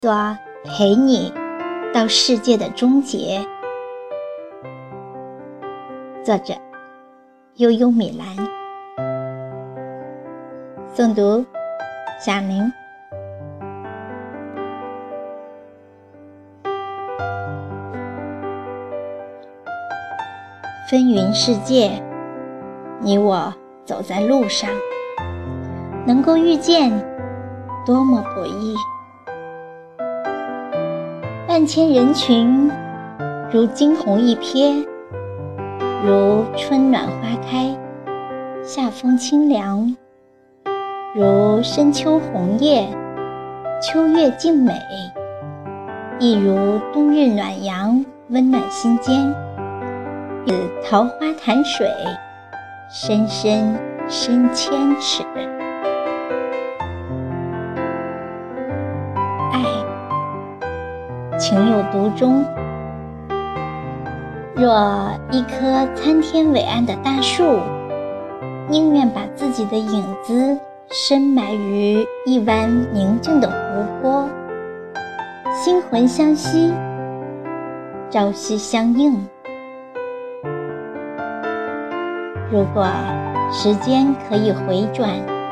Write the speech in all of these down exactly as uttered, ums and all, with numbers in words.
朵陪你到世界的终结。作者悠悠米兰，诵读小宁。纷纭世界，你我走在路上，能够遇见多么不易。万千人群如惊鸿一瞥，如春暖花开，夏风清凉，如深秋红叶，秋月静美，亦如冬日暖阳，温暖心间。似桃花潭水，深深深千尺。爱情有独钟，若一棵参天伟岸的大树，宁愿把自己的影子深埋于一湾宁静的湖泊，心魂相惜，朝夕相映。如果时间可以回转，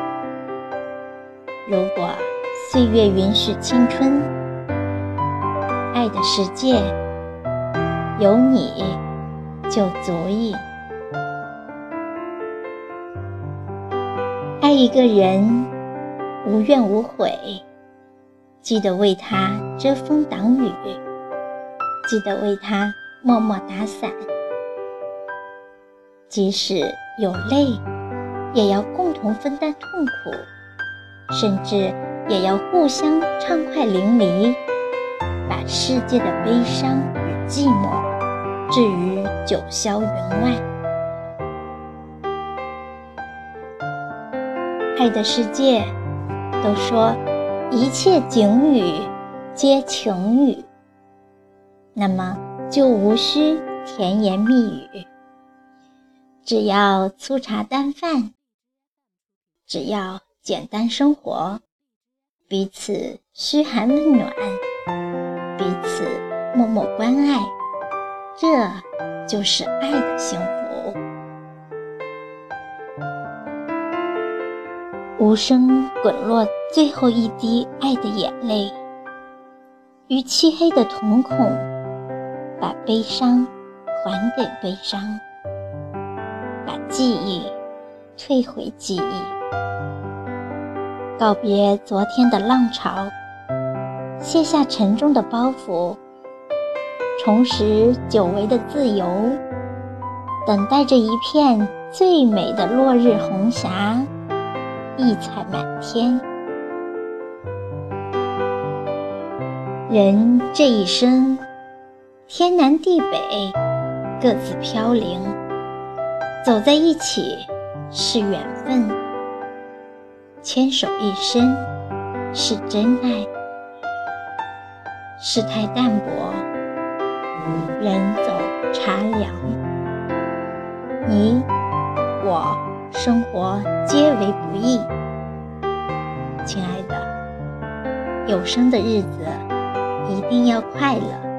如果岁月允许青春，爱的世界有你就足矣。爱一个人无怨无悔，记得为他遮风挡雨，记得为他默默打伞，即使有泪，也要共同分担痛苦，甚至也要互相畅快淋漓，把世界的悲伤与寂寞置于九霄云外。爱的世界，都说一切景语皆情语，那么就无需甜言蜜语。只要粗茶淡饭，只要简单生活，彼此嘘寒问暖，彼此默默关爱，这就是爱的幸福。无声滚落最后一滴爱的眼泪，于漆黑的瞳孔，把悲伤还给悲伤，把记忆退回记忆，告别昨天的浪潮，卸下沉重的包袱，重拾久违的自由，等待着一片最美的落日红霞，异彩满天。人这一生，天南地北，各自飘零，走在一起是缘分，牵手一生是真爱。世态淡薄，人走茶凉，你我生活皆为不易。亲爱的，有生的日子一定要快乐。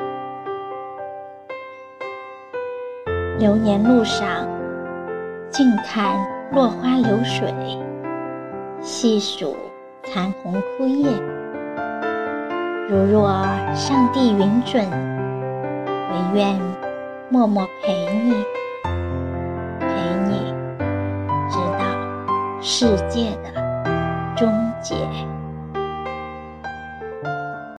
流年路上，静看落花流水，细数残红枯叶。如若上帝允准，唯愿默默陪你，陪你直到世界的终结。